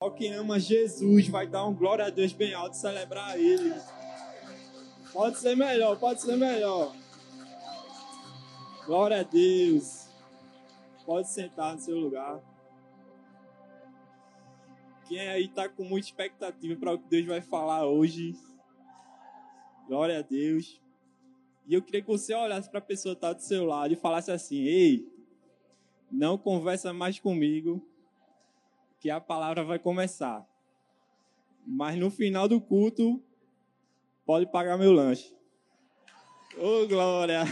Só quem ama Jesus vai dar um glória a Deus bem alto e celebrar Ele. Pode ser melhor, pode ser melhor. Glória a Deus. Pode sentar no seu lugar. Quem aí está com muita expectativa para o que Deus vai falar hoje? Glória a Deus. E eu queria que você olhasse para a pessoa que está do seu lado e falasse assim: ei, não conversa mais comigo, que a palavra vai começar. Mas no final do culto, pode pagar meu lanche. Ô, glória!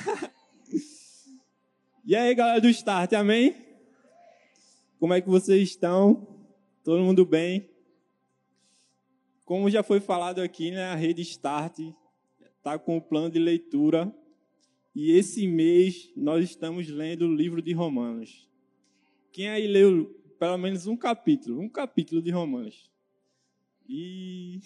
E aí, galera do Start, amém? Como é que vocês estão? Todo mundo bem? Como já foi falado aqui, né, a Rede Start está com o plano de leitura. E esse mês nós estamos lendo o livro de Romanos. Quem aí leu pelo menos um capítulo de Romanos? E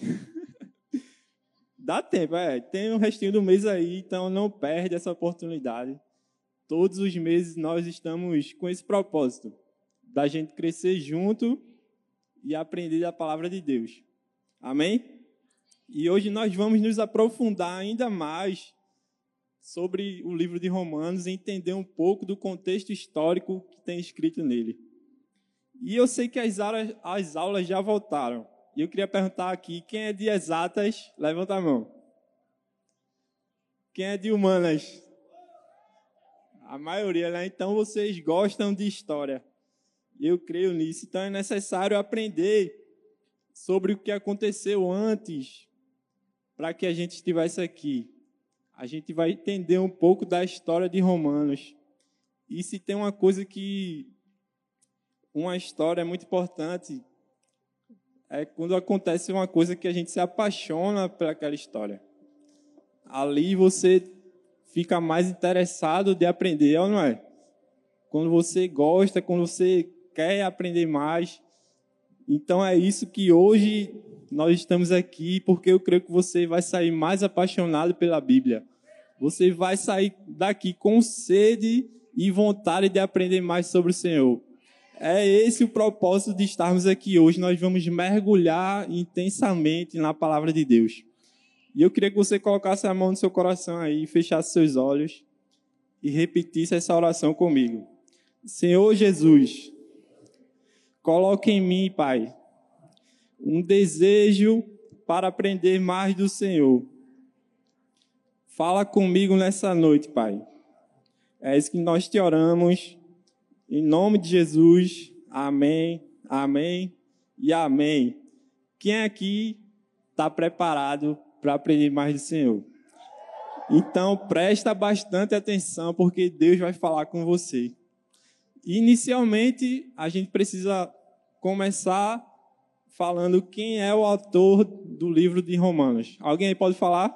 dá tempo, tem um restinho do mês aí, então não perde essa oportunidade. Todos os meses nós estamos com esse propósito, da gente crescer junto e aprender a palavra de Deus. Amém? E hoje nós vamos nos aprofundar ainda mais sobre o livro de Romanos e entender um pouco do contexto histórico que tem escrito nele. E eu sei que as aulas já voltaram. E eu queria perguntar aqui, quem é de exatas, levanta a mão. Quem é de humanas? A maioria, né? Então vocês gostam de história. Eu creio nisso. Então é necessário aprender sobre o que aconteceu antes para que a gente estivesse aqui. A gente vai entender um pouco da história de Romanos. E se tem uma coisa que... uma história é muito importante, é quando acontece uma coisa que a gente se apaixona por aquela história. Ali você fica mais interessado de aprender, ou não é? Quando você gosta, quando você quer aprender mais. Então é isso que hoje nós estamos aqui, porque eu creio que você vai sair mais apaixonado pela Bíblia. Você vai sair daqui com sede e vontade de aprender mais sobre o Senhor. É esse o propósito de estarmos aqui hoje. Nós vamos mergulhar intensamente na palavra de Deus. E eu queria que você colocasse a mão no seu coração aí, fechasse seus olhos e repetisse essa oração comigo. Senhor Jesus, coloque em mim, Pai, um desejo para aprender mais do Senhor. Fala comigo nessa noite, Pai. É isso que nós te oramos. Em nome de Jesus. Amém, amém e amém. Quem aqui está preparado para aprender mais do Senhor? Então, presta bastante atenção, porque Deus vai falar com você. Inicialmente, a gente precisa começar falando quem é o autor do livro de Romanos. Alguém aí pode falar?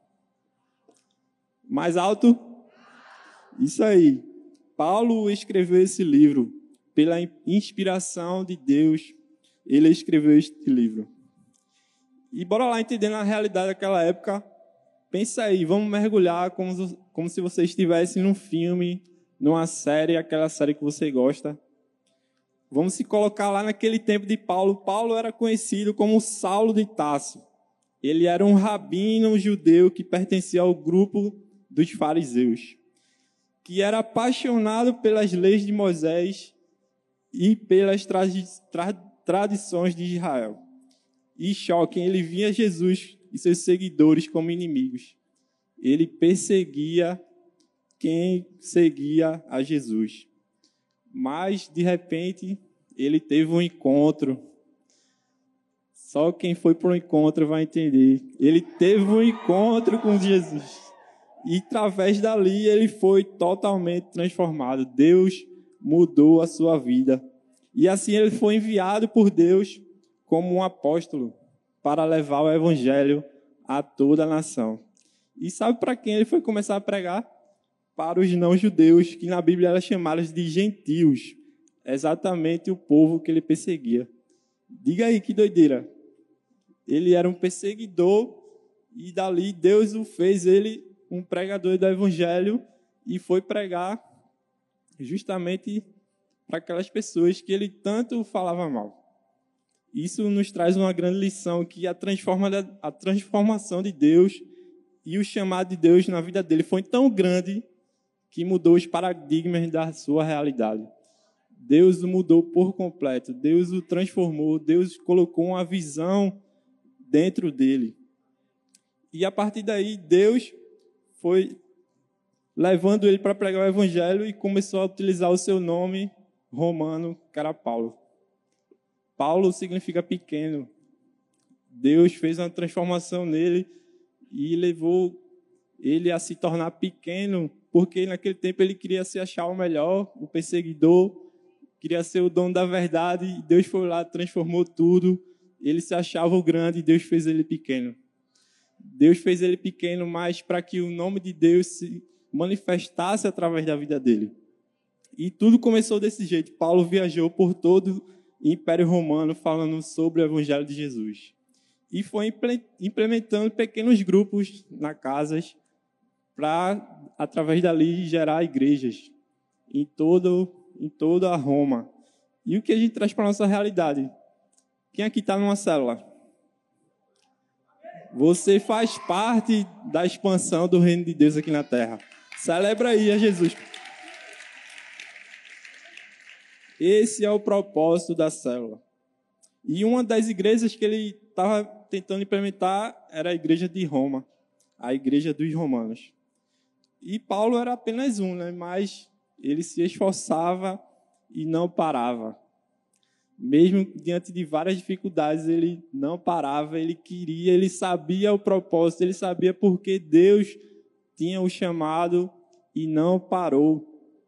Mais alto? Isso aí. Paulo escreveu esse livro pela inspiração de Deus. Ele escreveu este livro. E bora lá entender na realidade daquela época. Pensa aí, vamos mergulhar como se você estivesse num filme, numa série, aquela série que você gosta. Vamos se colocar lá naquele tempo de Paulo. Paulo era conhecido como Saulo de Tarso. Ele era um rabino judeu que pertencia ao grupo dos fariseus, que era apaixonado pelas leis de Moisés e pelas tradições de Israel. E choque, ele via Jesus e seus seguidores como inimigos. Ele perseguia quem seguia a Jesus. Mas, de repente, ele teve um encontro. Só quem foi para o encontro vai entender. Ele teve um encontro com Jesus. E, através dali, ele foi totalmente transformado. Deus mudou a sua vida. E, assim, ele foi enviado por Deus como um apóstolo para levar o evangelho a toda a nação. E sabe para quem ele foi começar a pregar? Para os não-judeus, que na Bíblia eram chamados de gentios. Exatamente o povo que ele perseguia. Diga aí que doideira. Ele era um perseguidor e dali Deus o fez ele um pregador do evangelho e foi pregar justamente para aquelas pessoas que ele tanto falava mal. Isso nos traz uma grande lição, que a transformação de Deus e o chamado de Deus na vida dele foi tão grande que mudou os paradigmas da sua realidade. Deus o mudou por completo, Deus o transformou, Deus colocou uma visão dentro dele. E a partir daí, Deus foi levando ele para pregar o evangelho e começou a utilizar o seu nome romano, que era Paulo. Paulo significa pequeno. Deus fez uma transformação nele e levou ele a se tornar pequeno, porque naquele tempo ele queria se achar o melhor, o perseguidor, queria ser o dono da verdade, e Deus foi lá, transformou tudo. Ele se achava o grande e Deus fez ele pequeno. Deus fez ele pequeno, mas para que o nome de Deus se manifestasse através da vida dele. E tudo começou desse jeito. Paulo viajou por todo o Império Romano falando sobre o Evangelho de Jesus. E foi implementando pequenos grupos nas casas para, através dali, gerar igrejas em toda a Roma. E o que a gente traz para a nossa realidade? Quem aqui está numa célula? Você faz parte da expansão do reino de Deus aqui na Terra. Celebra aí a Jesus. Esse é o propósito da célula. E uma das igrejas que ele estava tentando implementar era a igreja de Roma, a igreja dos romanos. E Paulo era apenas um, né? Mas ele se esforçava e não parava. Mesmo diante de várias dificuldades, ele não parava, ele queria, ele sabia o propósito, ele sabia porque Deus tinha o chamado e não parou.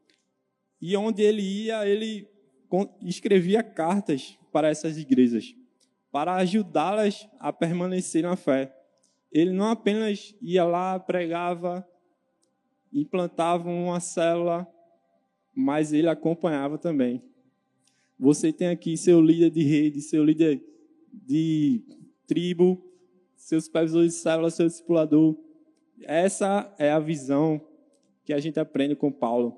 E onde ele ia, ele escrevia cartas para essas igrejas, para ajudá-las a permanecer na fé. Ele não apenas ia lá, pregava, implantava uma célula, mas ele acompanhava também. Você tem aqui seu líder de rede, seu líder de tribo, seus supervisores de célula, seu discipulador. Essa é a visão que a gente aprende com Paulo.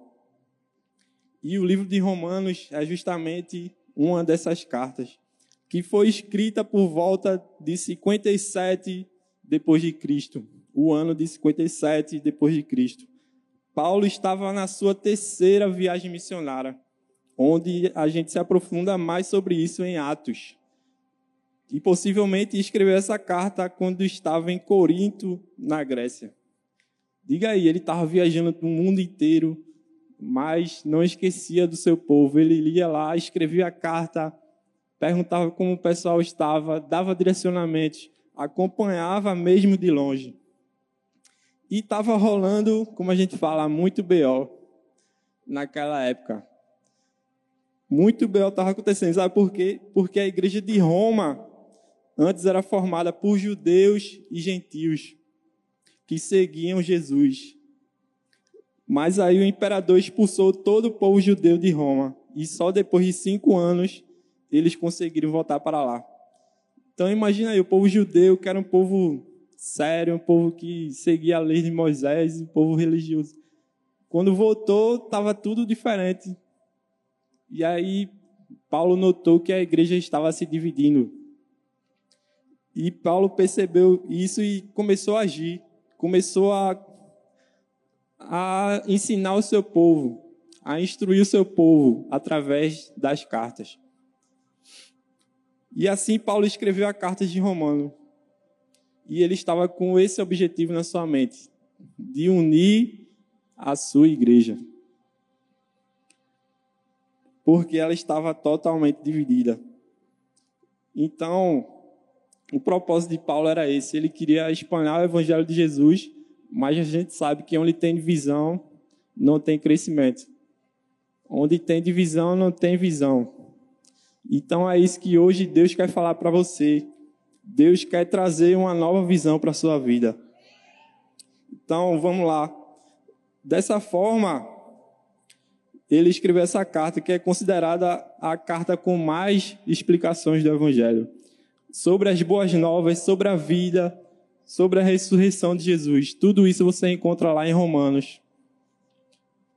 E o livro de Romanos é justamente uma dessas cartas, que foi escrita por volta de 57 depois de Cristo, o ano de 57 depois de Cristo. Paulo estava na sua terceira viagem missionária, onde a gente se aprofunda mais sobre isso em Atos. E possivelmente escreveu essa carta quando estava em Corinto, na Grécia. Diga aí, ele estava viajando no mundo inteiro, mas não esquecia do seu povo. Ele ia lá, escrevia a carta, perguntava como o pessoal estava, dava direcionamentos, acompanhava mesmo de longe. E estava rolando, como a gente fala, muito BO naquela época. Muito BO estava acontecendo. Sabe por quê? Porque a igreja de Roma antes era formada por judeus e gentios que seguiam Jesus. Mas aí o imperador expulsou todo o povo judeu de Roma. E só depois de 5 anos eles conseguiram voltar para lá. Então imagina aí, o povo judeu, que era um povo sério, um povo que seguia a lei de Moisés, um povo religioso. Quando voltou, estava tudo diferente. E aí Paulo notou que a igreja estava se dividindo. E Paulo percebeu isso e começou a agir. Começou a ensinar o seu povo, a instruir o seu povo através das cartas. E assim Paulo escreveu a carta de Romanos. E ele estava com esse objetivo na sua mente, de unir a sua igreja. Porque ela estava totalmente dividida. Então, o propósito de Paulo era esse. Ele queria espalhar o evangelho de Jesus, mas a gente sabe que onde tem divisão, não tem crescimento. Onde tem divisão, não tem visão. Então é isso que hoje Deus quer falar para você. Deus quer trazer uma nova visão para a sua vida. Então, vamos lá. Dessa forma, ele escreveu essa carta, que é considerada a carta com mais explicações do Evangelho. Sobre as boas novas, sobre a vida, sobre a ressurreição de Jesus. Tudo isso você encontra lá em Romanos.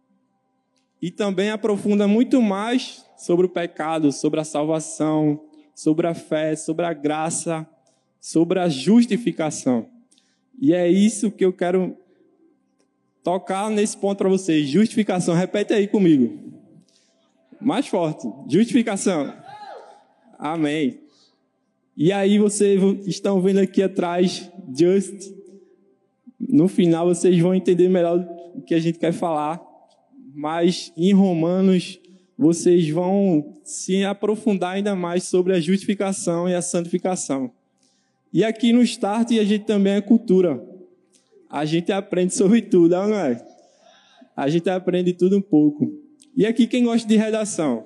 E também aprofunda muito mais sobre o pecado, sobre a salvação, sobre a fé, sobre a graça, sobre a justificação. E é isso que eu quero tocar nesse ponto para vocês. Justificação. Repete aí comigo. Mais forte. Justificação. Amém. E aí vocês estão vendo aqui atrás, just. No final vocês vão entender melhor o que a gente quer falar. Mas em Romanos vocês vão se aprofundar ainda mais sobre a justificação e a santificação. E aqui no Start a gente também é cultura. A gente aprende sobre tudo, não é? A gente aprende tudo um pouco. E aqui quem gosta de redação?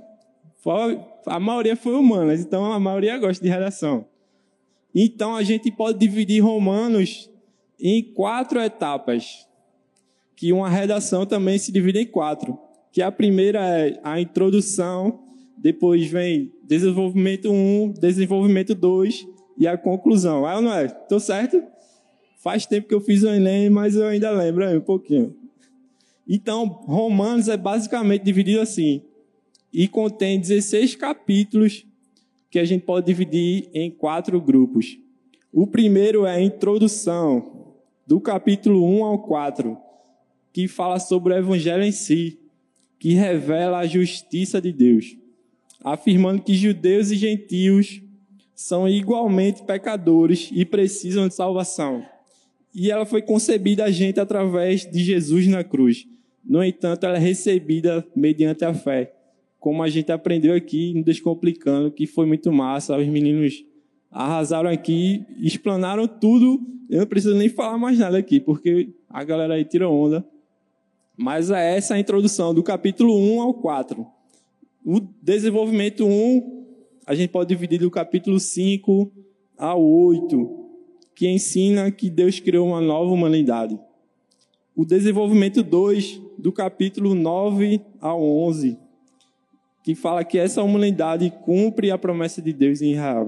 A maioria foi humanas, então a maioria gosta de redação. Então a gente pode dividir Romanos em 4 etapas. Que uma redação também se divide em 4. Que a primeira é a introdução, depois vem desenvolvimento 1, desenvolvimento 2 e a conclusão. É ou não é? Estou certo? Faz tempo que eu fiz o Enem, mas eu ainda lembro um pouquinho. Então, Romanos é basicamente dividido assim. E contém 16 capítulos que a gente pode dividir em 4 grupos. O primeiro é a introdução, do capítulo 1 ao 4, que fala sobre o Evangelho em si, que revela a justiça de Deus, afirmando que judeus e gentios são igualmente pecadores e precisam de salvação. E ela foi concebida a gente através de Jesus na cruz. No entanto, ela é recebida mediante a fé. Como a gente aprendeu aqui no Descomplicando, que foi muito massa. Os meninos arrasaram aqui, explanaram tudo. Eu não preciso nem falar mais nada aqui, porque a galera aí tira onda. Mas é essa a introdução, do capítulo 1 ao 4. O desenvolvimento 1, a gente pode dividir do capítulo 5 ao 8, que ensina que Deus criou uma nova humanidade. O desenvolvimento 2, do capítulo 9 ao 11, que fala que essa humanidade cumpre a promessa de Deus em Israel.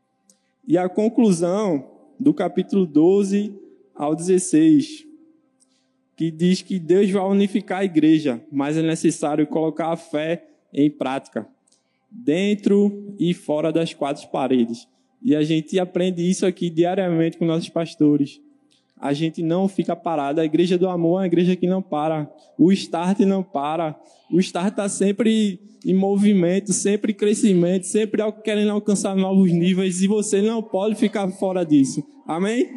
E a conclusão, do capítulo 12 ao 16, que diz que Deus vai unificar a igreja, mas é necessário colocar a fé em prática, dentro e fora das 4 paredes. E a gente aprende isso aqui diariamente com nossos pastores. A gente não fica parado. A Igreja do Amor é uma igreja que não para. O Start não para. O Start está sempre em movimento, sempre em crescimento, sempre querendo alcançar novos níveis. E você não pode ficar fora disso. Amém?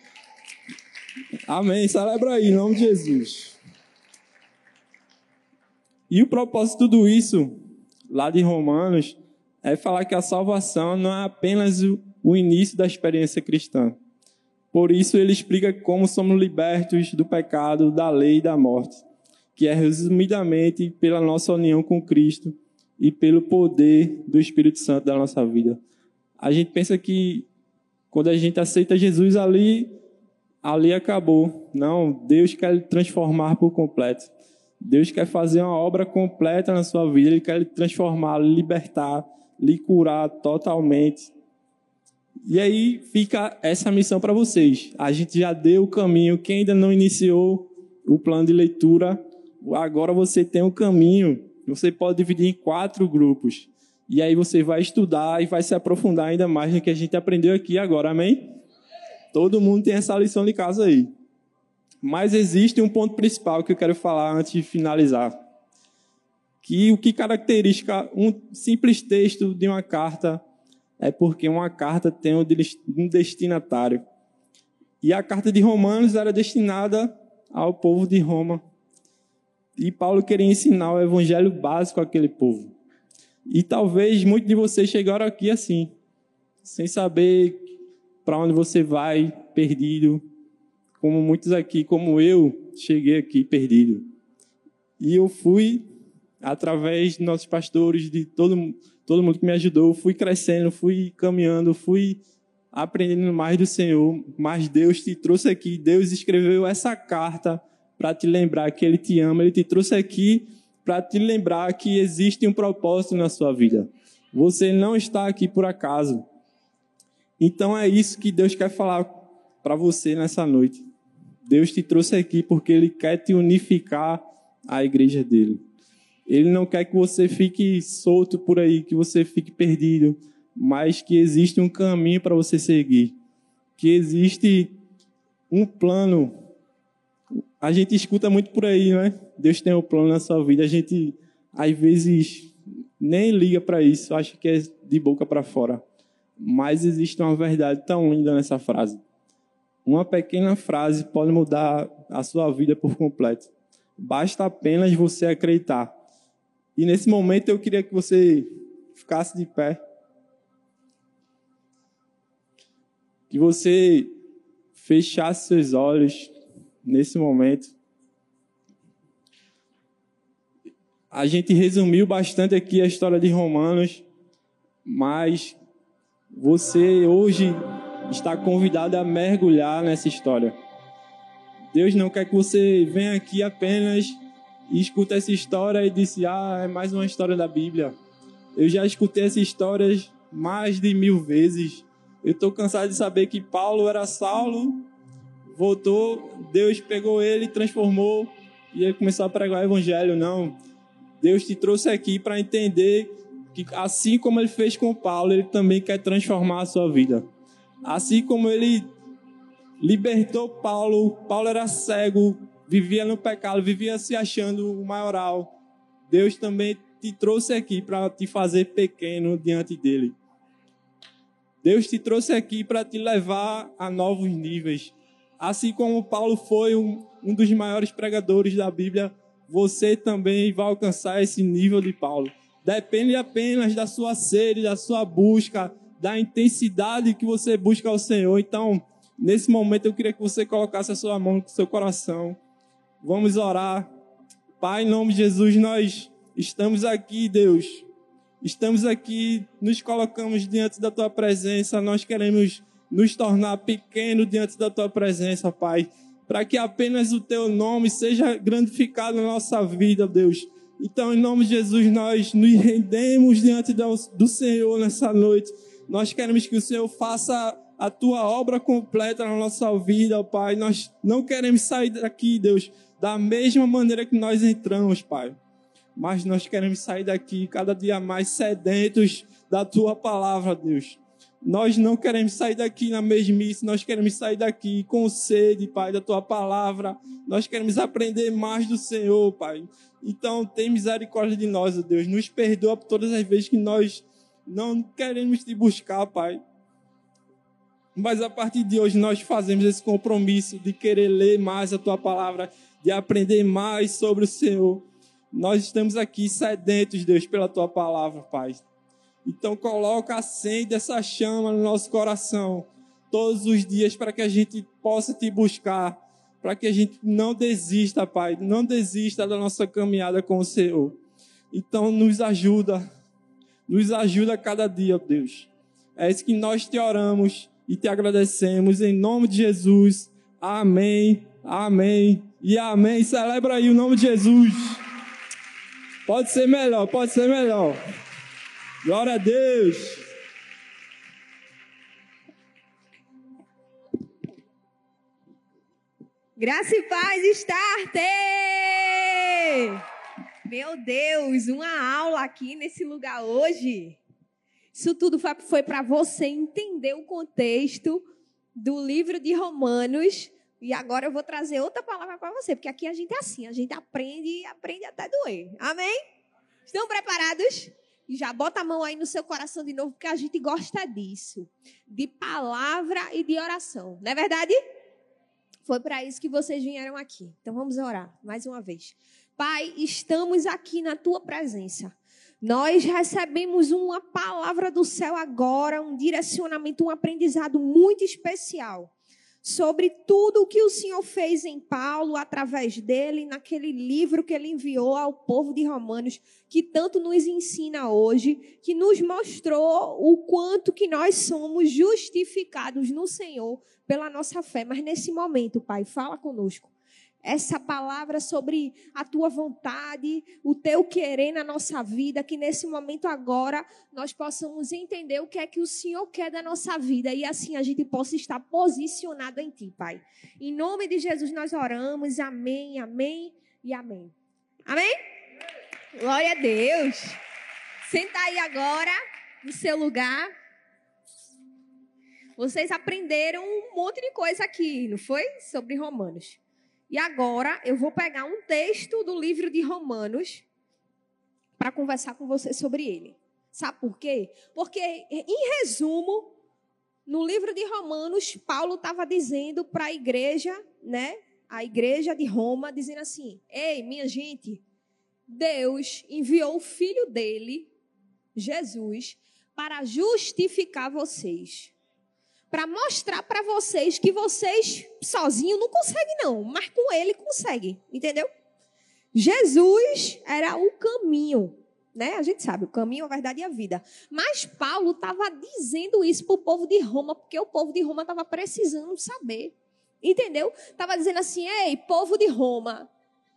Amém. Celebra aí, em nome de Jesus. E o propósito de tudo isso, lá de Romanos, é falar que a salvação não é apenas o início da experiência cristã. Por isso ele explica como somos libertos do pecado, da lei e da morte, que é resumidamente pela nossa união com Cristo e pelo poder do Espírito Santo da nossa vida. A gente pensa que quando a gente aceita Jesus ali acabou. Não, Deus quer lhe transformar por completo. Deus quer fazer uma obra completa na sua vida. Ele quer lhe transformar, lhe libertar, lhe curar totalmente. E aí fica essa missão para vocês. A gente já deu o caminho. Quem ainda não iniciou o plano de leitura, agora você tem o caminho. Você pode dividir em 4 grupos. E aí você vai estudar e vai se aprofundar ainda mais no que a gente aprendeu aqui agora. Amém? Todo mundo tem essa lição de casa aí. Mas existe um ponto principal que eu quero falar antes de finalizar. Que o que caracteriza um simples texto de uma carta é porque uma carta tem um destinatário. E a carta de Romanos era destinada ao povo de Roma. E Paulo queria ensinar o evangelho básico àquele povo. E talvez muitos de vocês chegaram aqui assim, sem saber para onde você vai, perdido, como muitos aqui, como eu, cheguei aqui perdido. E eu fui, através de nossos pastores, de todo mundo que me ajudou, fui crescendo, fui caminhando, fui aprendendo mais do Senhor, mas Deus te trouxe aqui, Deus escreveu essa carta para te lembrar que Ele te ama, Ele te trouxe aqui para te lembrar que existe um propósito na sua vida. Você não está aqui por acaso. Então é isso que Deus quer falar para você nessa noite. Deus te trouxe aqui porque Ele quer te unificar à igreja dele. Ele não quer que você fique solto por aí, que você fique perdido. mas que existe um caminho para você seguir, que existe um plano. A gente escuta muito por aí, não é? Deus tem um plano na sua vida. A gente, às vezes, nem liga para isso, acha que é de boca para fora. Mas existe uma verdade tão linda nessa frase. Uma pequena frase pode mudar a sua vida por completo. Basta apenas você acreditar. E nesse momento eu queria que você ficasse de pé. Que você fechasse seus olhos nesse momento. A gente resumiu bastante aqui a história de Romanos, mas você hoje está convidado a mergulhar nessa história. Deus não quer que você venha aqui apenas e escute essa história e disse, é mais uma história da Bíblia. Eu já escutei essas histórias mais de 1000 vezes. Eu estou cansado de saber que Paulo era Saulo, voltou, Deus pegou ele, transformou e ele começou a pregar o evangelho. Não, Deus te trouxe aqui para entender que assim como ele fez com Paulo, ele também quer transformar a sua vida. Assim como ele libertou Paulo, Paulo era cego, vivia no pecado, vivia se achando o maioral. Deus também te trouxe aqui para te fazer pequeno diante dele. Deus te trouxe aqui para te levar a novos níveis. Assim como Paulo foi um dos maiores pregadores da Bíblia, você também vai alcançar esse nível de Paulo. Depende apenas da sua sede, da sua busca, da intensidade que você busca ao Senhor. Então, nesse momento eu queria que você colocasse a sua mão no seu coração. Vamos orar. Pai, em nome de Jesus, nós estamos aqui, Deus. Estamos aqui, nos colocamos diante da Tua presença. Nós queremos nos tornar pequenos diante da Tua presença, Pai. Para que apenas o Teu nome seja grandificado na nossa vida, Deus. Então, em nome de Jesus, nós nos rendemos diante do Senhor nessa noite. Nós queremos que o Senhor faça a Tua obra completa na nossa vida, Pai. Nós não queremos sair daqui, Deus, da mesma maneira que nós entramos, Pai. Mas nós queremos sair daqui cada dia mais sedentos da Tua palavra, Deus. Nós não queremos sair daqui na mesmice, nós queremos sair daqui com sede, Pai, da Tua palavra. Nós queremos aprender mais do Senhor, Pai. Então, tem misericórdia de nós, Deus. Nos perdoa por todas as vezes que nós não queremos Te buscar, Pai. Mas a partir de hoje nós fazemos esse compromisso de querer ler mais a Tua palavra, de aprender mais sobre o Senhor. Nós estamos aqui sedentos, Deus, pela Tua palavra, Pai. Então coloca, acende essa chama no nosso coração todos os dias para que a gente possa Te buscar, para que a gente não desista, Pai, não desista da nossa caminhada com o Senhor. Então nos ajuda a cada dia, Deus. É isso que nós Te oramos e Te agradecemos em nome de Jesus. Amém, amém e amém. Celebra aí o nome de Jesus. Pode ser melhor, pode ser melhor. Glória a Deus. Graça e paz, Starte! Meu Deus, uma aula aqui nesse lugar hoje. Isso tudo foi para você entender o contexto do livro de Romanos. E agora eu vou trazer outra palavra para você, porque aqui a gente é assim, a gente aprende e aprende até doer. Amém? Estão preparados? E já bota a mão aí no seu coração de novo, porque a gente gosta disso. De palavra e de oração. Não é verdade? Foi para isso que vocês vieram aqui. Então vamos orar mais uma vez. Pai, estamos aqui na Tua presença. Nós recebemos uma palavra do céu agora, um direcionamento, um aprendizado muito especial sobre tudo o que o Senhor fez em Paulo, através dele, naquele livro que ele enviou ao povo de Romanos, que tanto nos ensina hoje, que nos mostrou o quanto que nós somos justificados no Senhor pela nossa fé. Mas nesse momento, Pai, fala conosco. Essa palavra sobre a Tua vontade, o Teu querer na nossa vida, que nesse momento agora nós possamos entender o que é que o Senhor quer da nossa vida e assim a gente possa estar posicionado em Ti, Pai. Em nome de Jesus nós oramos, amém, amém e amém. Amém? Glória a Deus. Senta aí agora no seu lugar. Vocês aprenderam um monte de coisa aqui, não foi? Sobre Romanos. E agora eu vou pegar um texto do livro de Romanos para conversar com vocês sobre ele. Sabe por quê? Porque, em resumo, no livro de Romanos, Paulo estava dizendo para a igreja, né? A igreja de Roma, dizendo assim: ei, minha gente, Deus enviou o filho dele, Jesus, para justificar vocês. Para mostrar para vocês que vocês sozinhos não conseguem não, mas com ele conseguem, entendeu? Jesus era o caminho, né? A gente sabe, o caminho, a verdade e a vida. Mas Paulo estava dizendo isso para o povo de Roma, porque o povo de Roma estava precisando saber, entendeu? Estava dizendo assim: ei, povo de Roma,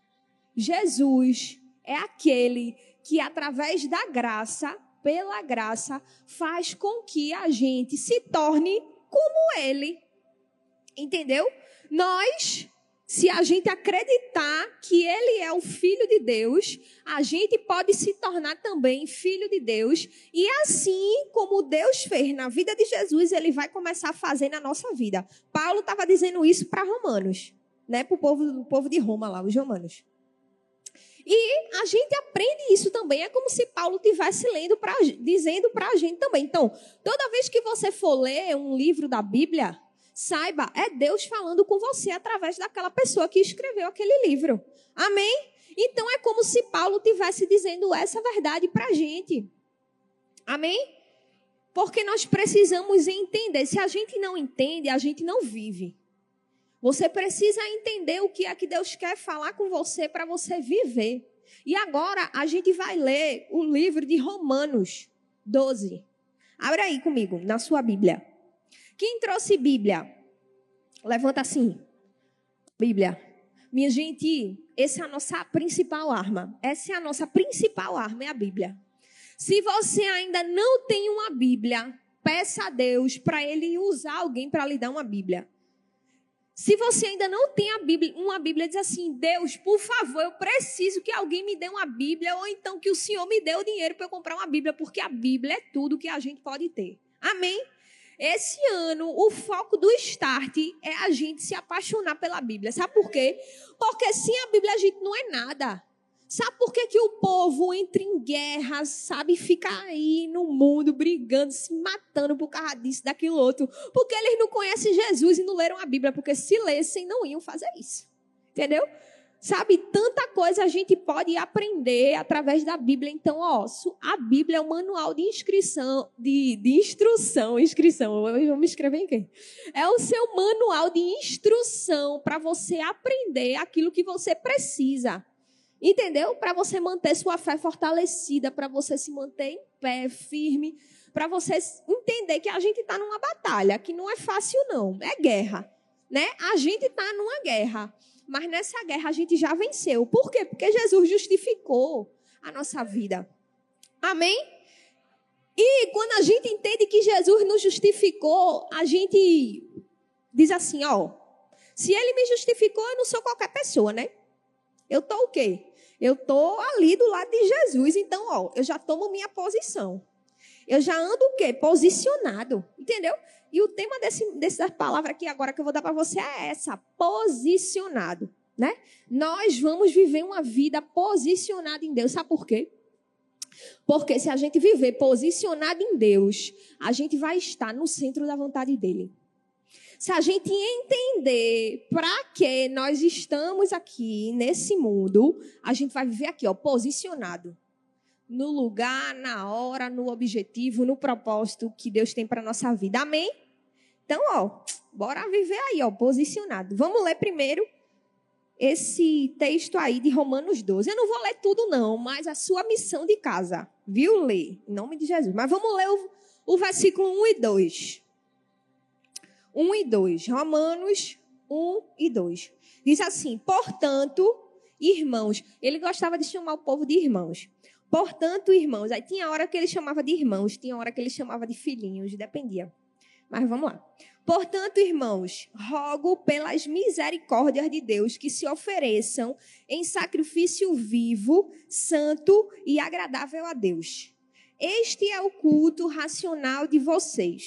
Jesus é aquele que através da graça, pela graça, faz com que a gente se torne como ele, entendeu? Nós, se a gente acreditar que ele é o Filho de Deus, a gente pode se tornar também filho de Deus. E assim como Deus fez na vida de Jesus, ele vai começar a fazer na nossa vida. Paulo estava dizendo isso para romanos, né? Para o povo de Roma lá, os romanos. E a gente aprende isso também. É como se Paulo estivesse dizendo para a gente também. Então, toda vez que você for ler um livro da Bíblia, saiba, é Deus falando com você através daquela pessoa que escreveu aquele livro. Amém? Então, é como se Paulo estivesse dizendo essa verdade para a gente. Amém? Porque nós precisamos entender. Se a gente não entende, a gente não vive. Você precisa entender o que é que Deus quer falar com você para você viver. E agora a gente vai ler o livro de Romanos 12. Abre aí comigo, na sua Bíblia. Quem trouxe Bíblia? Levanta assim. Bíblia. Minha gente, essa é a nossa principal arma. Essa é a nossa principal arma, é a Bíblia. Se você ainda não tem uma Bíblia, peça a Deus para Ele usar alguém para lhe dar uma Bíblia. Se você ainda não tem uma Bíblia, diz assim: Deus, por favor, eu preciso que alguém me dê uma Bíblia, ou então que o Senhor me dê o dinheiro para eu comprar uma Bíblia, porque a Bíblia é tudo que a gente pode ter. Amém? Esse ano, o foco do Start é a gente se apaixonar pela Bíblia. Sabe por quê? Porque sem a Bíblia a gente não é nada. Sabe por que o povo entra em guerra, sabe? Fica aí no mundo brigando, se matando por causa disso, daquilo outro. Porque eles não conhecem Jesus e não leram a Bíblia. Porque se lessem, não iam fazer isso. Entendeu? Sabe? Tanta coisa a gente pode aprender através da Bíblia. Então, ó, a Bíblia é um manual de inscrição. Vamos escrever em quem? É o seu manual de instrução para você aprender aquilo que você precisa. Entendeu? Para você manter sua fé fortalecida, para você se manter em pé, firme, para você entender que a gente está numa batalha, que não é fácil não, é guerra, né? A gente está numa guerra, mas nessa guerra a gente já venceu. Por quê? Porque Jesus justificou a nossa vida. Amém? E quando a gente entende que Jesus nos justificou, a gente diz assim, ó, se ele me justificou, eu não sou qualquer pessoa, né? Eu estou o quê? Eu estou ali do lado de Jesus. Então, ó, eu já tomo minha posição. Eu já ando o quê? Posicionado. Entendeu? E o tema dessa palavra aqui agora que eu vou dar para você é essa. Posicionado. Né? Nós vamos viver uma vida posicionada em Deus. Sabe por quê? Porque se a gente viver posicionado em Deus, a gente vai estar no centro da vontade dEle. Se a gente entender para que nós estamos aqui nesse mundo, a gente vai viver aqui, ó, posicionado. No lugar, na hora, no objetivo, no propósito que Deus tem para a nossa vida. Amém? Então, ó, bora viver aí, ó, posicionado. Vamos ler primeiro esse texto aí de Romanos 12. Eu não vou ler tudo não, mas a sua missão de casa, viu? Ler, em nome de Jesus. Mas vamos ler o versículo 1 e 2. 1 e 2, Romanos 1 e 2. Diz assim: portanto, irmãos, ele gostava de chamar o povo de irmãos. Portanto, irmãos, aí tinha hora que ele chamava de irmãos, tinha hora que ele chamava de filhinhos, dependia. Mas vamos lá. Portanto, irmãos, rogo pelas misericórdias de Deus que se ofereçam em sacrifício vivo, santo e agradável a Deus. Este é o culto racional de vocês.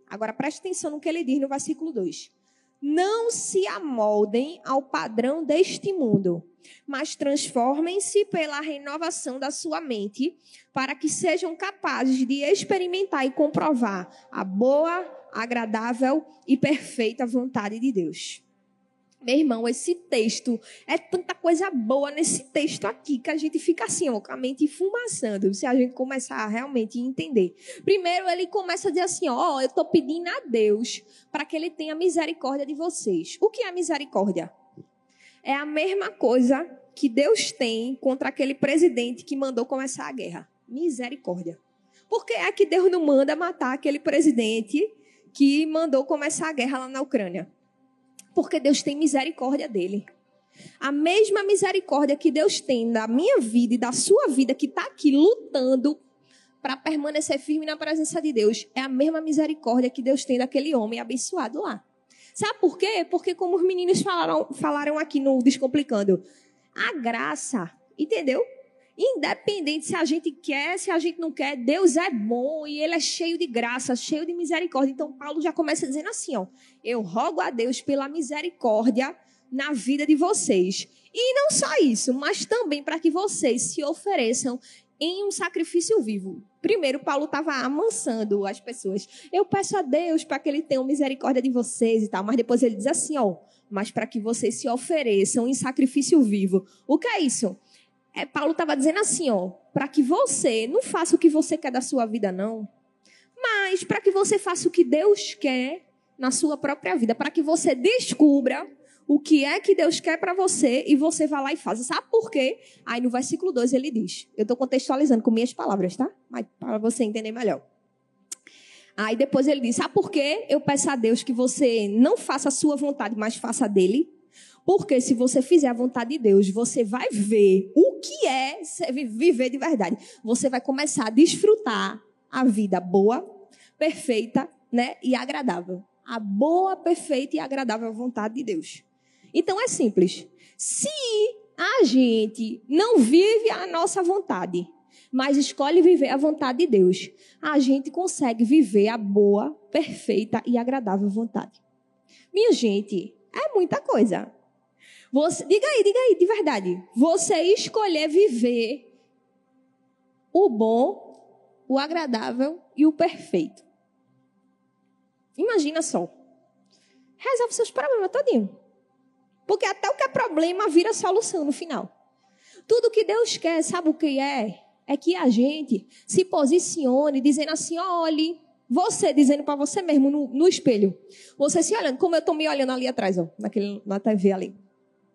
Agora preste atenção no que ele diz no versículo 2. Não se amoldem ao padrão deste mundo, mas transformem-se pela renovação da sua mente, para que sejam capazes de experimentar e comprovar a boa, agradável e perfeita vontade de Deus. Meu irmão, esse texto, é tanta coisa boa nesse texto aqui, que a gente fica assim, ó, com a mente fumaçando, se a gente começar a realmente entender. Primeiro, ele começa a dizer assim, ó, eu estou pedindo a Deus para que ele tenha misericórdia de vocês. O que é misericórdia? É a mesma coisa que Deus tem contra aquele presidente que mandou começar a guerra. Misericórdia. Por que é que Deus não manda matar aquele presidente que mandou começar a guerra lá na Ucrânia? Porque Deus tem misericórdia dele. A mesma misericórdia que Deus tem da minha vida e da sua vida, que está aqui lutando para permanecer firme na presença de Deus, é a mesma misericórdia que Deus tem daquele homem abençoado lá. Sabe por quê? Porque como os meninos falaram aqui no Descomplicando, a graça, entendeu? Independente se a gente quer, se a gente não quer, Deus é bom e Ele é cheio de graça, cheio de misericórdia. Então, Paulo já começa dizendo assim, ó, eu rogo a Deus pela misericórdia na vida de vocês. E não só isso, mas também para que vocês se ofereçam em um sacrifício vivo. Primeiro, Paulo estava amansando as pessoas. Eu peço a Deus para que Ele tenha misericórdia de vocês e tal, mas depois ele diz assim, ó, mas para que vocês se ofereçam em sacrifício vivo. O que é isso? Paulo estava dizendo assim, ó, para que você não faça o que você quer da sua vida, não, mas para que você faça o que Deus quer na sua própria vida, para que você descubra o que é que Deus quer para você e você vá lá e faça. Sabe por quê? Aí no versículo 2 ele diz, eu estou contextualizando com minhas palavras, tá? Mas para você entender melhor. Aí depois ele diz, sabe por quê? Eu peço a Deus que você não faça a sua vontade, mas faça a dele. Porque se você fizer a vontade de Deus, você vai ver o que é viver de verdade. Você vai começar a desfrutar a vida boa, perfeita, né, e agradável. A boa, perfeita e agradável vontade de Deus. Então é simples. Se a gente não vive a nossa vontade, mas escolhe viver a vontade de Deus, a gente consegue viver a boa, perfeita e agradável vontade. Minha gente, é muita coisa. Diga aí, de verdade. Você escolher viver o bom, o agradável e o perfeito. Imagina só. Resolve seus problemas todinho. Porque até o que é problema vira solução no final. Tudo que Deus quer, sabe o que é? É que a gente se posicione dizendo assim, olhe, você dizendo para você mesmo no espelho. Você se olhando, como eu estou me olhando ali atrás, ó, na TV ali.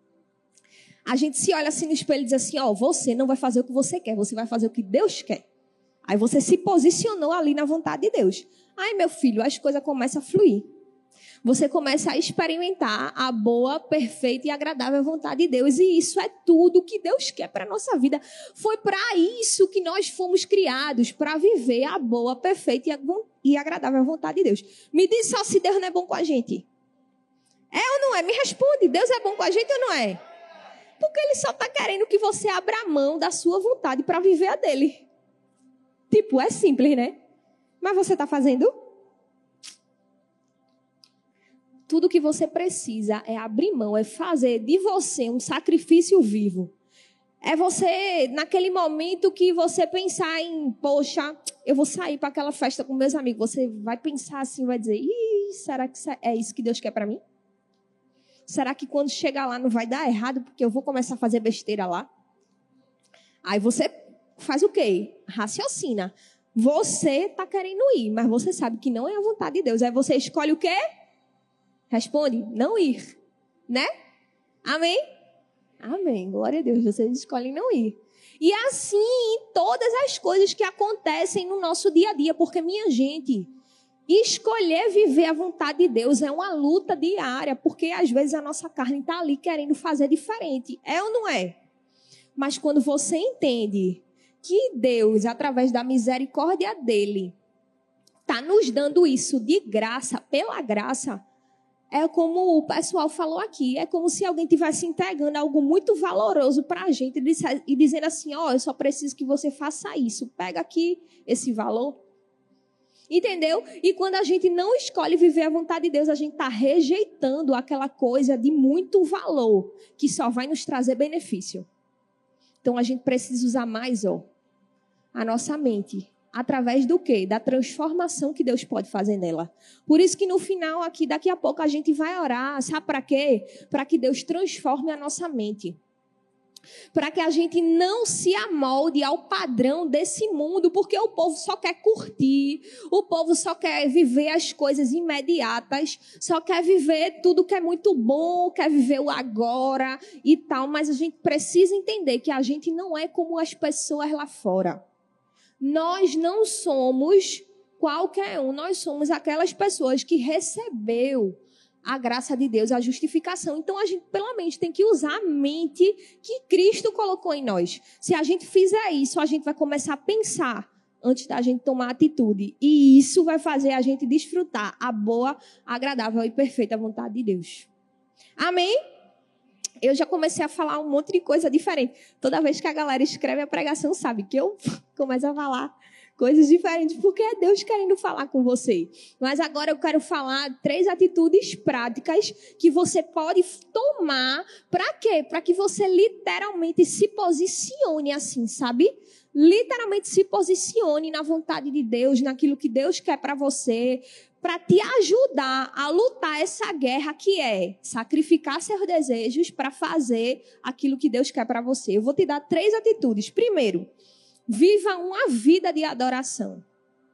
A gente se olha assim no espelho e diz assim, ó, você não vai fazer o que você quer, você vai fazer o que Deus quer. Aí você se posicionou ali na vontade de Deus. Aí, meu filho, as coisas começam a fluir. Você começa a experimentar a boa, perfeita e agradável vontade de Deus. E isso é tudo que Deus quer para a nossa vida. Foi para isso que nós fomos criados, para viver a boa, perfeita e agradável vontade de Deus. Me diz só se Deus não é bom com a gente. É ou não é? Me responde. Deus é bom com a gente ou não é? Porque Ele só está querendo que você abra a mão da sua vontade para viver a dele. Tipo, é simples, né? Mas você está fazendo? Tudo que você precisa é abrir mão, é fazer de você um sacrifício vivo. É você, naquele momento que você pensar em, poxa, eu vou sair para aquela festa com meus amigos. Você vai pensar assim, vai dizer, será que é isso que Deus quer para mim? Será que quando chegar lá não vai dar errado porque eu vou começar a fazer besteira lá? Aí você faz o quê? Raciocina. Você está querendo ir, mas você sabe que não é a vontade de Deus. Aí você escolhe o quê? Responde, não ir. Né? Amém? Amém. Glória a Deus. Vocês escolhem não ir. E assim em todas as coisas que acontecem no nosso dia a dia. Porque, minha gente, escolher viver a vontade de Deus é uma luta diária. Porque às vezes a nossa carne está ali querendo fazer diferente. É ou não é? Mas quando você entende que Deus, através da misericórdia dele, está nos dando isso de graça, pela graça, é como o pessoal falou aqui, é como se alguém estivesse entregando algo muito valoroso para a gente e dizendo assim, ó, eu só preciso que você faça isso, pega aqui esse valor. Entendeu? E quando a gente não escolhe viver a vontade de Deus, a gente está rejeitando aquela coisa de muito valor, que só vai nos trazer benefício. Então a gente precisa usar mais, a nossa mente. Através do quê? Da transformação que Deus pode fazer nela. Por isso que no final aqui, daqui a pouco, a gente vai orar. Sabe para quê? Para que Deus transforme a nossa mente. Para que a gente não se amolde ao padrão desse mundo, porque o povo só quer curtir, o povo só quer viver as coisas imediatas, só quer viver tudo que é muito bom, quer viver o agora e tal, mas a gente precisa entender que a gente não é como as pessoas lá fora. Nós não somos qualquer um, nós somos aquelas pessoas que recebeu a graça de Deus, a justificação. Então, a gente, pelo menos, tem que usar a mente que Cristo colocou em nós. Se a gente fizer isso, a gente vai começar a pensar antes da gente tomar atitude. E isso vai fazer a gente desfrutar a boa, agradável e perfeita vontade de Deus. Amém? Eu já comecei a falar um monte de coisa diferente. Toda vez que a galera escreve a pregação, sabe que eu começo a falar coisas diferentes, porque é Deus querendo falar com você. Mas agora eu quero falar 3 atitudes práticas que você pode tomar. Para quê? Para que você literalmente se posicione assim, sabe? Literalmente se posicione na vontade de Deus, naquilo que Deus quer para você, para te ajudar a lutar essa guerra que é sacrificar seus desejos para fazer aquilo que Deus quer para você. Eu vou te dar 3 atitudes. Primeiro, viva uma vida de adoração.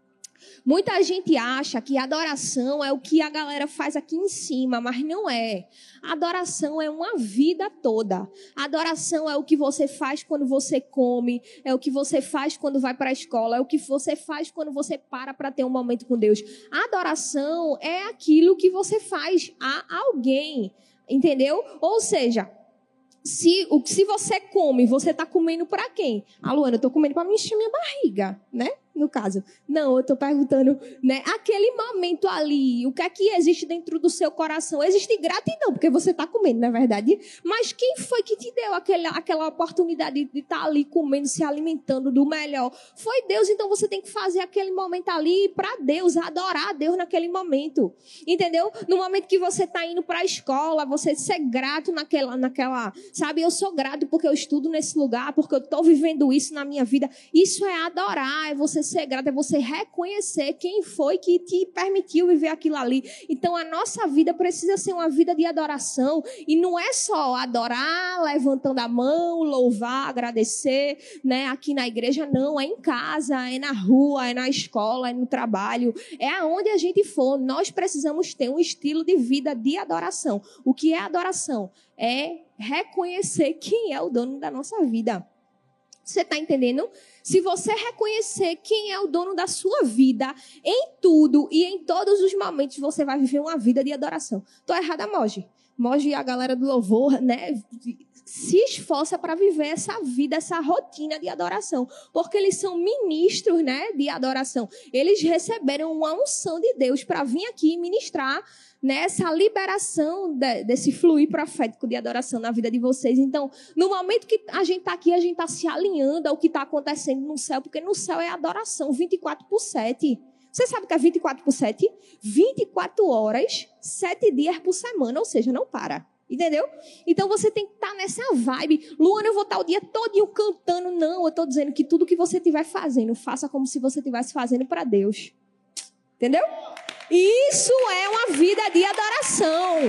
Muita gente acha que adoração é o que a galera faz aqui em cima, mas não é. Adoração é uma vida toda. Adoração é o que você faz quando você come, é o que você faz quando vai para a escola, é o que você faz quando você para ter um momento com Deus. Adoração é aquilo que você faz a alguém, entendeu? Ou seja, se você come, você está comendo para quem? Luana, eu estou comendo para me encher minha barriga, né? No caso. Não, eu estou perguntando, né? Aquele momento ali, o que é que existe dentro do seu coração? Existe gratidão, porque você está comendo, não é verdade? Mas quem foi que te deu aquela oportunidade de estar ali comendo, se alimentando do melhor? Foi Deus, então você tem que fazer aquele momento ali para Deus, adorar a Deus naquele momento. Entendeu? No momento que você está indo para a escola, você ser grato naquela, sabe? Eu sou grato porque eu estudo nesse lugar, porque eu estou vivendo isso na minha vida. Isso é adorar, é você ser grato, é você reconhecer quem foi que te permitiu viver aquilo ali. Então, a nossa vida precisa ser uma vida de adoração. E não é só adorar, levantando a mão, louvar, agradecer, né? Aqui na igreja, não. É em casa, é na rua, é na escola, é no trabalho. É aonde a gente for. Nós precisamos ter um estilo de vida de adoração. O que é adoração? É reconhecer quem é o dono da nossa vida. Você está entendendo? Se você reconhecer quem é o dono da sua vida, em tudo e em todos os momentos, você vai viver uma vida de adoração. Estou errada, Moji? Moji e a galera do louvor, né, se esforça para viver essa vida, essa rotina de adoração. Porque eles são ministros, né, de adoração. Eles receberam uma unção de Deus para vir aqui ministrar nessa liberação desse fluir profético de adoração na vida de vocês. Então, no momento que a gente está aqui, a gente está se alinhando ao que está acontecendo no céu, porque no céu é adoração 24/7. Você sabe o que é 24/7? 24 horas, 7 dias por semana, ou seja, não para. Entendeu? Então você tem que estar nessa vibe. Luana, eu vou estar o dia todinho cantando. Não, eu estou dizendo que tudo que você estiver fazendo, faça como se você estivesse fazendo para Deus. Entendeu? Isso é uma vida de adoração.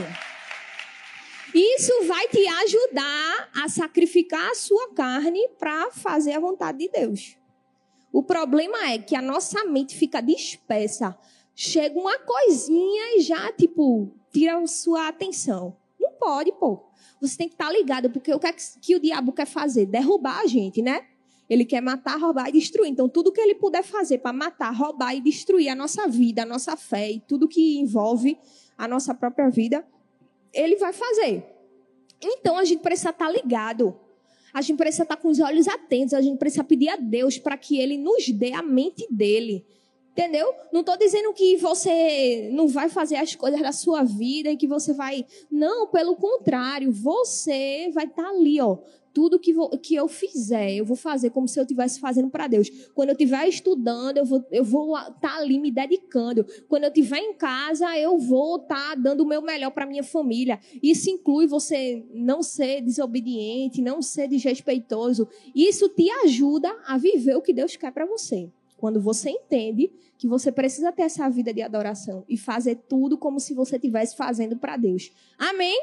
Isso vai te ajudar a sacrificar a sua carne para fazer a vontade de Deus. O problema é que a nossa mente fica dispersa. Chega uma coisinha e já, tira a sua atenção. Não pode, pô. Você tem que estar ligado, porque o que o diabo quer fazer? Derrubar a gente, né? Ele quer matar, roubar e destruir. Então, tudo que ele puder fazer para matar, roubar e destruir a nossa vida, a nossa fé e tudo que envolve a nossa própria vida, ele vai fazer. Então, a gente precisa estar ligado. A gente precisa estar com os olhos atentos. A gente precisa pedir a Deus para que Ele nos dê a mente dEle. Entendeu? Não estou dizendo que você não vai fazer as coisas da sua vida e que você vai... Não, pelo contrário. Você vai estar ali, ó. tudo que eu fizer, eu vou fazer como se eu estivesse fazendo para Deus. Quando eu estiver estudando, eu vou estar ali me dedicando. Quando eu estiver em casa, eu vou estar dando o meu melhor para minha família. Isso inclui você não ser desobediente, não ser desrespeitoso. Isso te ajuda a viver o que Deus quer para você. Quando você entende que você precisa ter essa vida de adoração e fazer tudo como se você estivesse fazendo para Deus. Amém?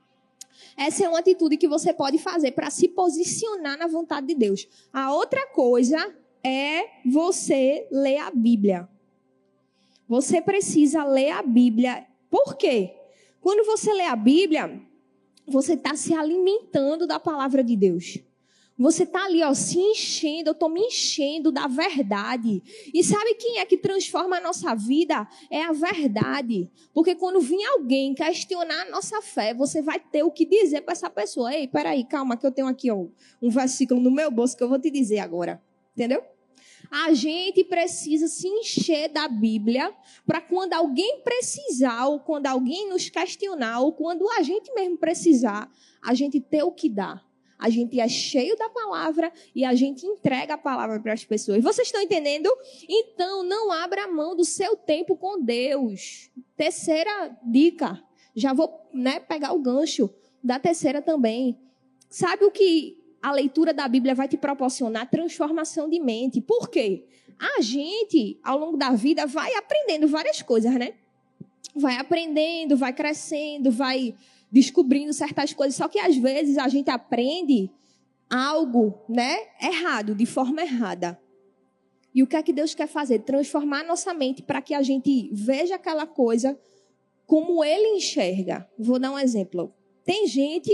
Essa é uma atitude que você pode fazer para se posicionar na vontade de Deus. A outra coisa é você ler a Bíblia. Você precisa ler a Bíblia. Por quê? Quando você lê a Bíblia, você está se alimentando da palavra de Deus. Você está ali, se enchendo, eu estou me enchendo da verdade. E sabe quem é que transforma a nossa vida? É a verdade. Porque quando vir alguém questionar a nossa fé, você vai ter o que dizer para essa pessoa. Ei, peraí, calma, que eu tenho aqui um versículo no meu bolso que eu vou te dizer agora. Entendeu? A gente precisa se encher da Bíblia para quando alguém precisar, ou quando alguém nos questionar, ou quando a gente mesmo precisar, a gente ter o que dar. A gente é cheio da palavra e a gente entrega a palavra para as pessoas. Vocês estão entendendo? Então, não abra mão do seu tempo com Deus. Terceira dica. Já vou pegar o gancho da terceira também. Sabe o que a leitura da Bíblia vai te proporcionar? Transformação de mente. Por quê? A gente, ao longo da vida, vai aprendendo várias coisas, né? Vai aprendendo, vai crescendo, vai descobrindo certas coisas, só que às vezes a gente aprende algo, errado, de forma errada. E o que é que Deus quer fazer? Transformar a nossa mente para que a gente veja aquela coisa como Ele enxerga. Vou dar um exemplo. Tem gente,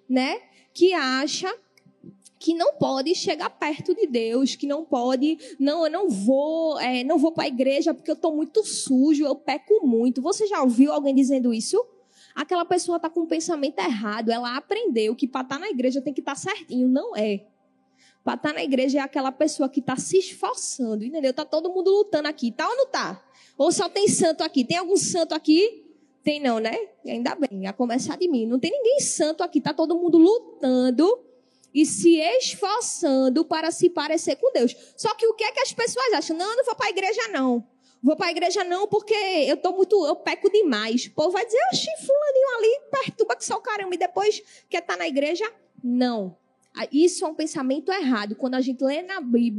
que acha que não pode chegar perto de Deus, que não pode, eu não vou para a igreja porque eu estou muito sujo, eu peco muito. Você já ouviu alguém dizendo isso? Aquela pessoa está com um pensamento errado. Ela aprendeu que para estar na igreja tem que estar certinho. Não é. Para estar na igreja é aquela pessoa que está se esforçando. Entendeu? Está todo mundo lutando aqui. Tá ou não tá? Ou só tem santo aqui? Tem algum santo aqui? Tem não, né? Ainda bem. A começar de mim. Não tem ninguém santo aqui. Está todo mundo lutando e se esforçando para se parecer com Deus. Só que o que é que as pessoas acham? Não, eu não vou para a igreja não. Vou para a igreja não porque eu peco demais. O povo vai dizer, oxi, fulaninho ali perturba que só o caramba e depois quer estar na igreja? Não. Isso é um pensamento errado. Quando a gente lê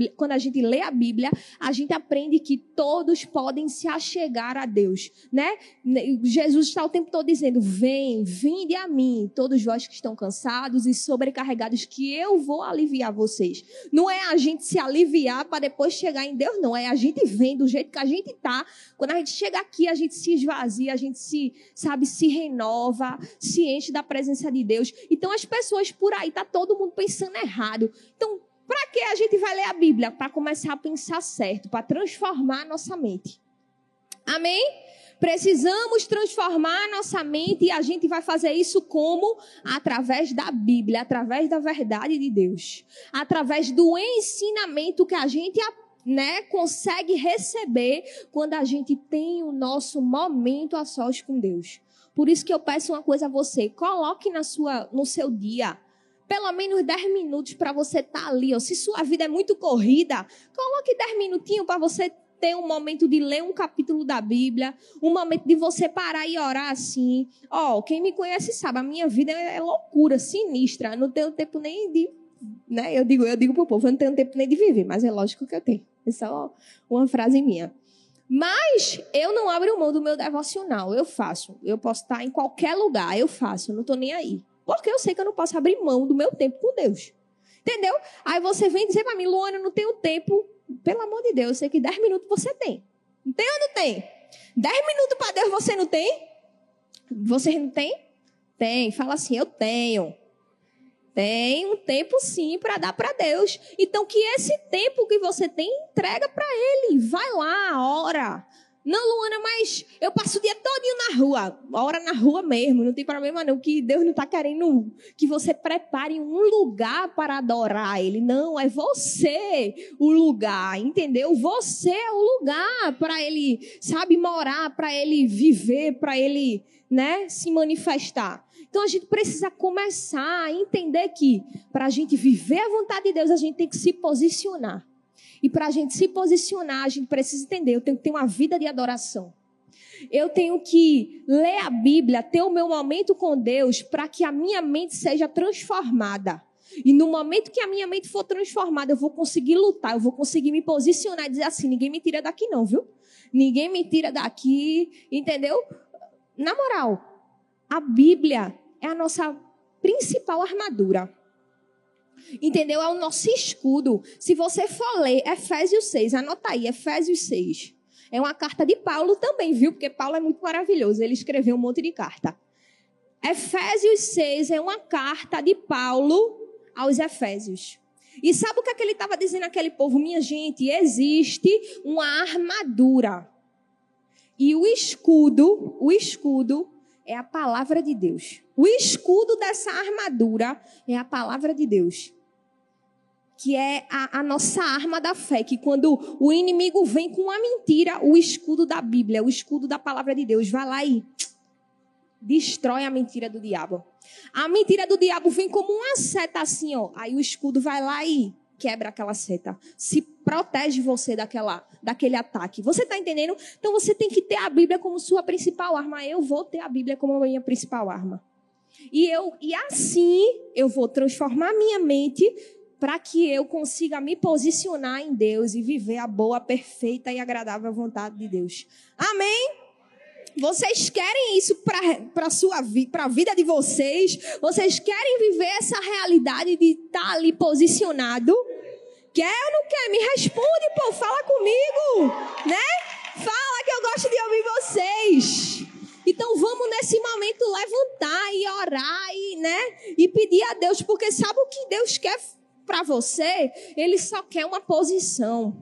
a Bíblia, a gente aprende que todos podem se achegar a Deus, Jesus está o tempo todo dizendo, vinde a mim, todos vós que estão cansados e sobrecarregados, que eu vou aliviar vocês. Não é a gente se aliviar para depois chegar em Deus, não. É a gente vem do jeito que a gente está. Quando a gente chega aqui, a gente se esvazia, a gente se renova, se enche da presença de Deus. Então, as pessoas por aí, está todo mundo pensando errado. Então, para que a gente vai ler a Bíblia? Para começar a pensar certo, para transformar a nossa mente. Amém? Precisamos transformar a nossa mente e a gente vai fazer isso como? Através da Bíblia, através da verdade de Deus. Através do ensinamento que a gente consegue receber quando a gente tem o nosso momento a sós com Deus. Por isso que eu peço uma coisa a você. Coloque no seu dia pelo menos 10 minutos para você estar ali. Se sua vida é muito corrida, coloque 10 minutinhos para você ter um momento de ler um capítulo da Bíblia, um momento de você parar e orar assim. Quem me conhece sabe, a minha vida é loucura, sinistra. Eu não tenho tempo nem de... Eu digo pro povo, eu não tenho tempo nem de viver, mas é lógico que eu tenho. É só uma frase minha. Mas eu não abro mão do meu devocional, eu faço. Eu posso estar em qualquer lugar, eu faço, eu não estou nem aí. Porque eu sei que eu não posso abrir mão do meu tempo com Deus. Entendeu? Aí você vem dizer para mim, Luana, eu não tenho tempo. Pelo amor de Deus, eu sei que 10 minutos você tem. Não tem ou não tem? 10 minutos para Deus você não tem? Você não tem? Tem. Fala assim, eu tenho. Tem um tempo sim para dar para Deus. Então que esse tempo que você tem, entrega para Ele. Vai lá, ora. Não, Luana, mas eu passo o dia todinho na rua. Ora na rua mesmo, não tem problema não, que Deus não está querendo que você prepare um lugar para adorar Ele. Não, é você o lugar, entendeu? Você é o lugar para Ele, sabe, morar, para Ele viver, para Ele, né, se manifestar. Então a gente precisa começar a entender que para a gente viver a vontade de Deus, a gente tem que se posicionar. E para a gente se posicionar, a gente precisa entender, eu tenho que ter uma vida de adoração. Eu tenho que ler a Bíblia, ter o meu momento com Deus, para que a minha mente seja transformada. E no momento que a minha mente for transformada, eu vou conseguir lutar, eu vou conseguir me posicionar e dizer assim, ninguém me tira daqui não, viu? Ninguém me tira daqui, entendeu? Na moral, a Bíblia é a nossa principal armadura. Entendeu? É o nosso escudo. Se você for ler Efésios 6, anota aí, Efésios 6. É uma carta de Paulo também, viu? Porque Paulo é muito maravilhoso, ele escreveu um monte de carta. Efésios 6 é uma carta de Paulo aos Efésios. E sabe o que é que ele estava dizendo àquele povo? Minha gente, existe uma armadura. E o escudo é a palavra de Deus. O escudo dessa armadura é a palavra de Deus. Que é a nossa arma da fé. Que quando o inimigo vem com uma mentira, o escudo da Bíblia, o escudo da palavra de Deus, vai lá e destrói a mentira do diabo. A mentira do diabo vem como uma seta assim, ó. Aí o escudo vai lá e quebra aquela seta. Se protege você daquele ataque. Você está entendendo? Então você tem que ter a Bíblia como sua principal arma. Eu vou ter a Bíblia como a minha principal arma. E assim eu vou transformar minha mente para que eu consiga me posicionar em Deus e viver a boa, perfeita e agradável vontade de Deus. Amém? Vocês querem isso para a vida de vocês? Vocês querem viver essa realidade de estar ali posicionado? Quer ou não quer? Me responde, pô, fala comigo, né? Fala que eu gosto de ouvir vocês. Então vamos nesse momento levantar e orar e pedir a Deus, porque sabe o que Deus quer para você? Ele só quer uma posição.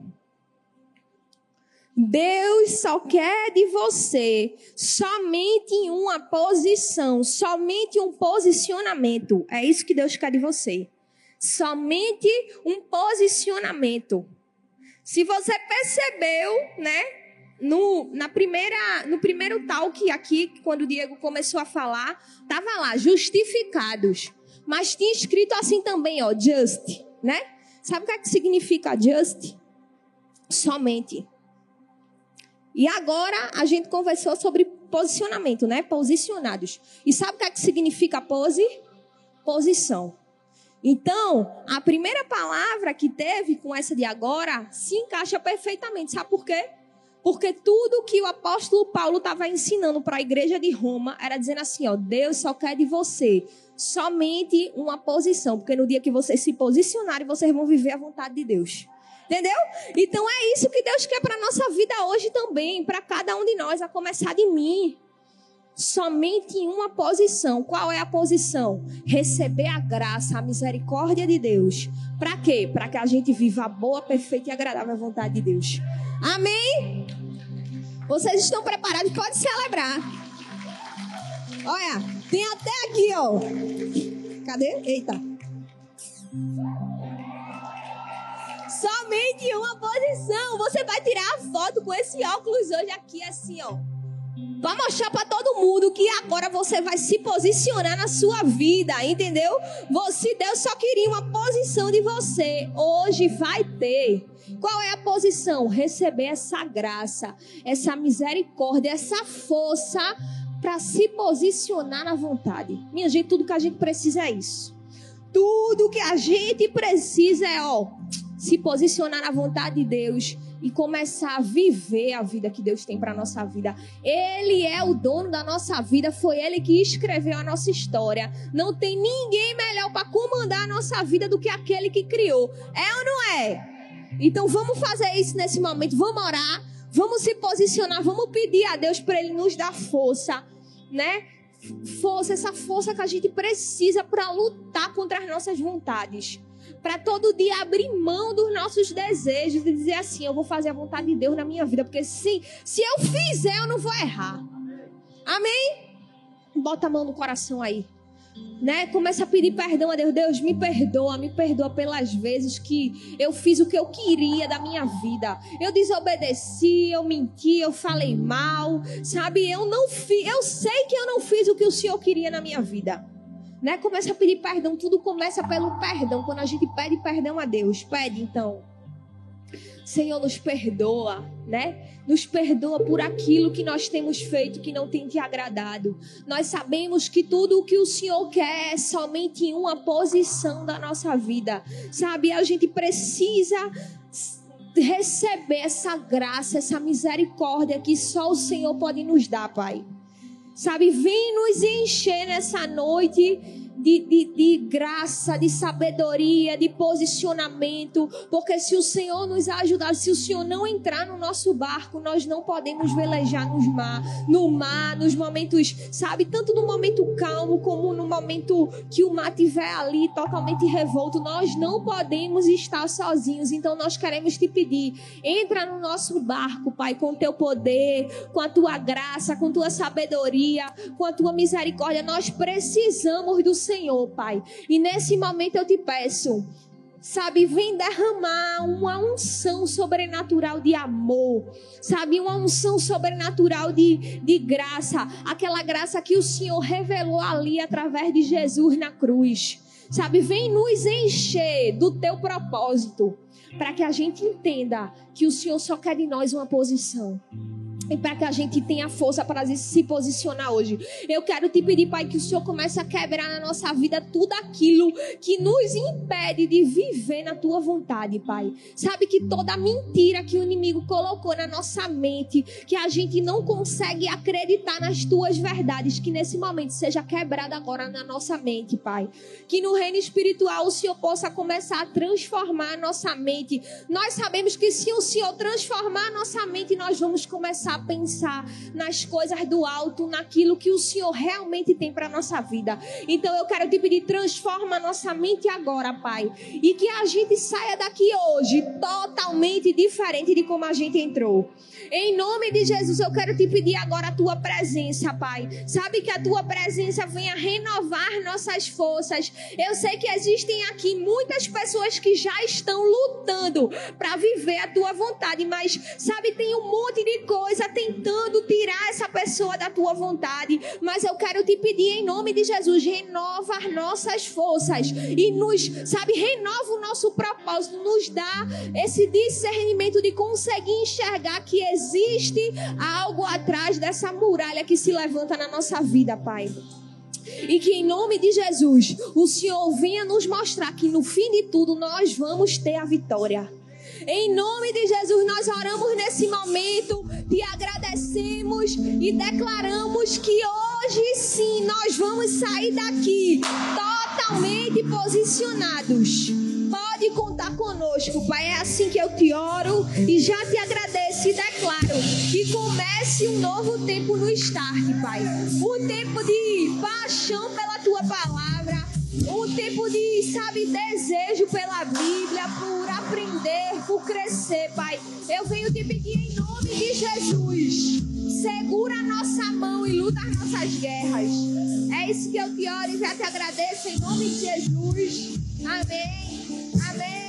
Deus só quer de você somente uma posição, somente um posicionamento. É isso que Deus quer de você. Somente um posicionamento. Se você percebeu, né, no primeiro talk aqui, quando o Diego começou a falar, estava lá, justificados. Mas tinha escrito assim também, ó, just, né? Sabe o que é que significa just? Somente. E agora a gente conversou sobre posicionamento, né? Posicionados. E sabe o que é que significa pose? Posição. Então, a primeira palavra que teve com essa de agora se encaixa perfeitamente. Sabe por quê? Porque tudo que o apóstolo Paulo estava ensinando para a igreja de Roma era dizendo assim, ó, Deus só quer de você somente uma posição. Porque no dia que vocês se posicionarem, vocês vão viver a vontade de Deus. Entendeu? Então é isso que Deus quer para a nossa vida hoje também, para cada um de nós, a começar de mim. Somente em uma posição. Qual é a posição? Receber a graça, a misericórdia de Deus. Para quê? Para que a gente viva a boa, perfeita e agradável vontade de Deus. Amém? Vocês estão preparados? Pode celebrar. Olha, tem até aqui, ó. Cadê? Eita. Somente uma posição. Você vai tirar a foto com esse óculos hoje aqui, assim, ó. Vai mostrar para todo mundo que agora você vai se posicionar na sua vida, entendeu? Deus só queria uma posição de você. Hoje vai ter. Qual é a posição? Receber essa graça, essa misericórdia, essa força para se posicionar na vontade. Minha gente, tudo que a gente precisa é isso. Tudo que a gente precisa é, se posicionar na vontade de Deus e começar a viver a vida que Deus tem para a nossa vida. Ele é o dono da nossa vida, foi Ele que escreveu a nossa história. Não tem ninguém melhor para comandar a nossa vida do que aquele que criou. É ou não é? Então vamos fazer isso nesse momento, vamos orar, vamos se posicionar, vamos pedir a Deus para Ele nos dar força, né? Força, essa força que a gente precisa para lutar contra as nossas vontades. para todo dia abrir mão dos nossos desejos e dizer assim, eu vou fazer a vontade de Deus na minha vida, porque se eu fizer, eu não vou errar. Amém? Bota a mão no coração aí. Né? Começa a pedir perdão a Deus. Deus, me perdoa pelas vezes que eu fiz o que eu queria da minha vida. Eu desobedeci, eu menti, eu falei mal, sabe? Eu sei que eu não fiz o que o Senhor queria na minha vida. Né? Começa a pedir perdão, tudo começa pelo perdão. Quando a gente pede perdão a Deus, pede então. Senhor, nos perdoa, né? Nos perdoa por aquilo que nós temos feito que não tem te agradado. Nós sabemos que tudo o que o Senhor quer é somente uma posição da nossa vida, sabe? A gente precisa receber essa graça, essa misericórdia que só o Senhor pode nos dar, Pai. Sabe, vem nos encher nessa noite de graça, de sabedoria, de posicionamento, porque se o Senhor nos ajudar, se o Senhor não entrar no nosso barco, nós não podemos velejar no mar, nos momentos, sabe, tanto no momento calmo como no momento que o mar estiver ali totalmente revolto, nós não podemos estar sozinhos. Então nós queremos te pedir, entra no nosso barco, Pai, com o teu poder, com a tua graça, com a tua sabedoria, com a tua misericórdia. Nós precisamos do Senhor, Pai. E nesse momento eu te peço, sabe, vem derramar uma unção sobrenatural de amor, sabe, uma unção sobrenatural de graça, aquela graça que o Senhor revelou ali através de Jesus na cruz, sabe, vem nos encher do teu propósito, para que a gente entenda que o Senhor só quer de nós uma posição. E para que a gente tenha força para se posicionar hoje. Eu quero te pedir, Pai, que o Senhor comece a quebrar na nossa vida tudo aquilo que nos impede de viver na tua vontade, Pai. Sabe que toda mentira que o inimigo colocou na nossa mente, que a gente não consegue acreditar nas tuas verdades, que nesse momento seja quebrada agora na nossa mente, Pai. Que no reino espiritual o Senhor possa começar a transformar a nossa mente. Nós sabemos que se o Senhor transformar a nossa mente, nós vamos começar a pensar nas coisas do alto, naquilo que o Senhor realmente tem para a nossa vida. Então eu quero te pedir, transforma a nossa mente agora, Pai, e que a gente saia daqui hoje totalmente diferente de como a gente entrou. Em nome de Jesus, eu quero te pedir agora a tua presença, Pai. Sabe, que a tua presença venha renovar nossas forças. Eu sei que existem aqui muitas pessoas que já estão lutando para viver a tua vontade, mas sabe, tem um monte de coisa tentando tirar essa pessoa da tua vontade. Mas eu quero te pedir em nome de Jesus, renova as nossas forças e renova o nosso propósito, nos dá esse discernimento de conseguir enxergar que existe algo atrás dessa muralha que se levanta na nossa vida, Pai. E que em nome de Jesus o Senhor venha nos mostrar que no fim de tudo nós vamos ter a vitória. Em nome de Jesus nós oramos nesse momento, te agradecemos e declaramos que hoje sim nós vamos sair daqui totalmente posicionados. Pode contar conosco, Pai. É assim que eu te oro e já te agradeço e declaro que comece um novo tempo no Start, Pai. Um tempo de paixão pela tua palavra, um tempo de, desejo pela Bíblia, por aprender, por crescer, Pai. Eu venho te pedir em nome de Jesus, segura a nossa mão e luta as nossas guerras. É isso que eu te oro e já te agradeço em nome de Jesus. Amém. Amém.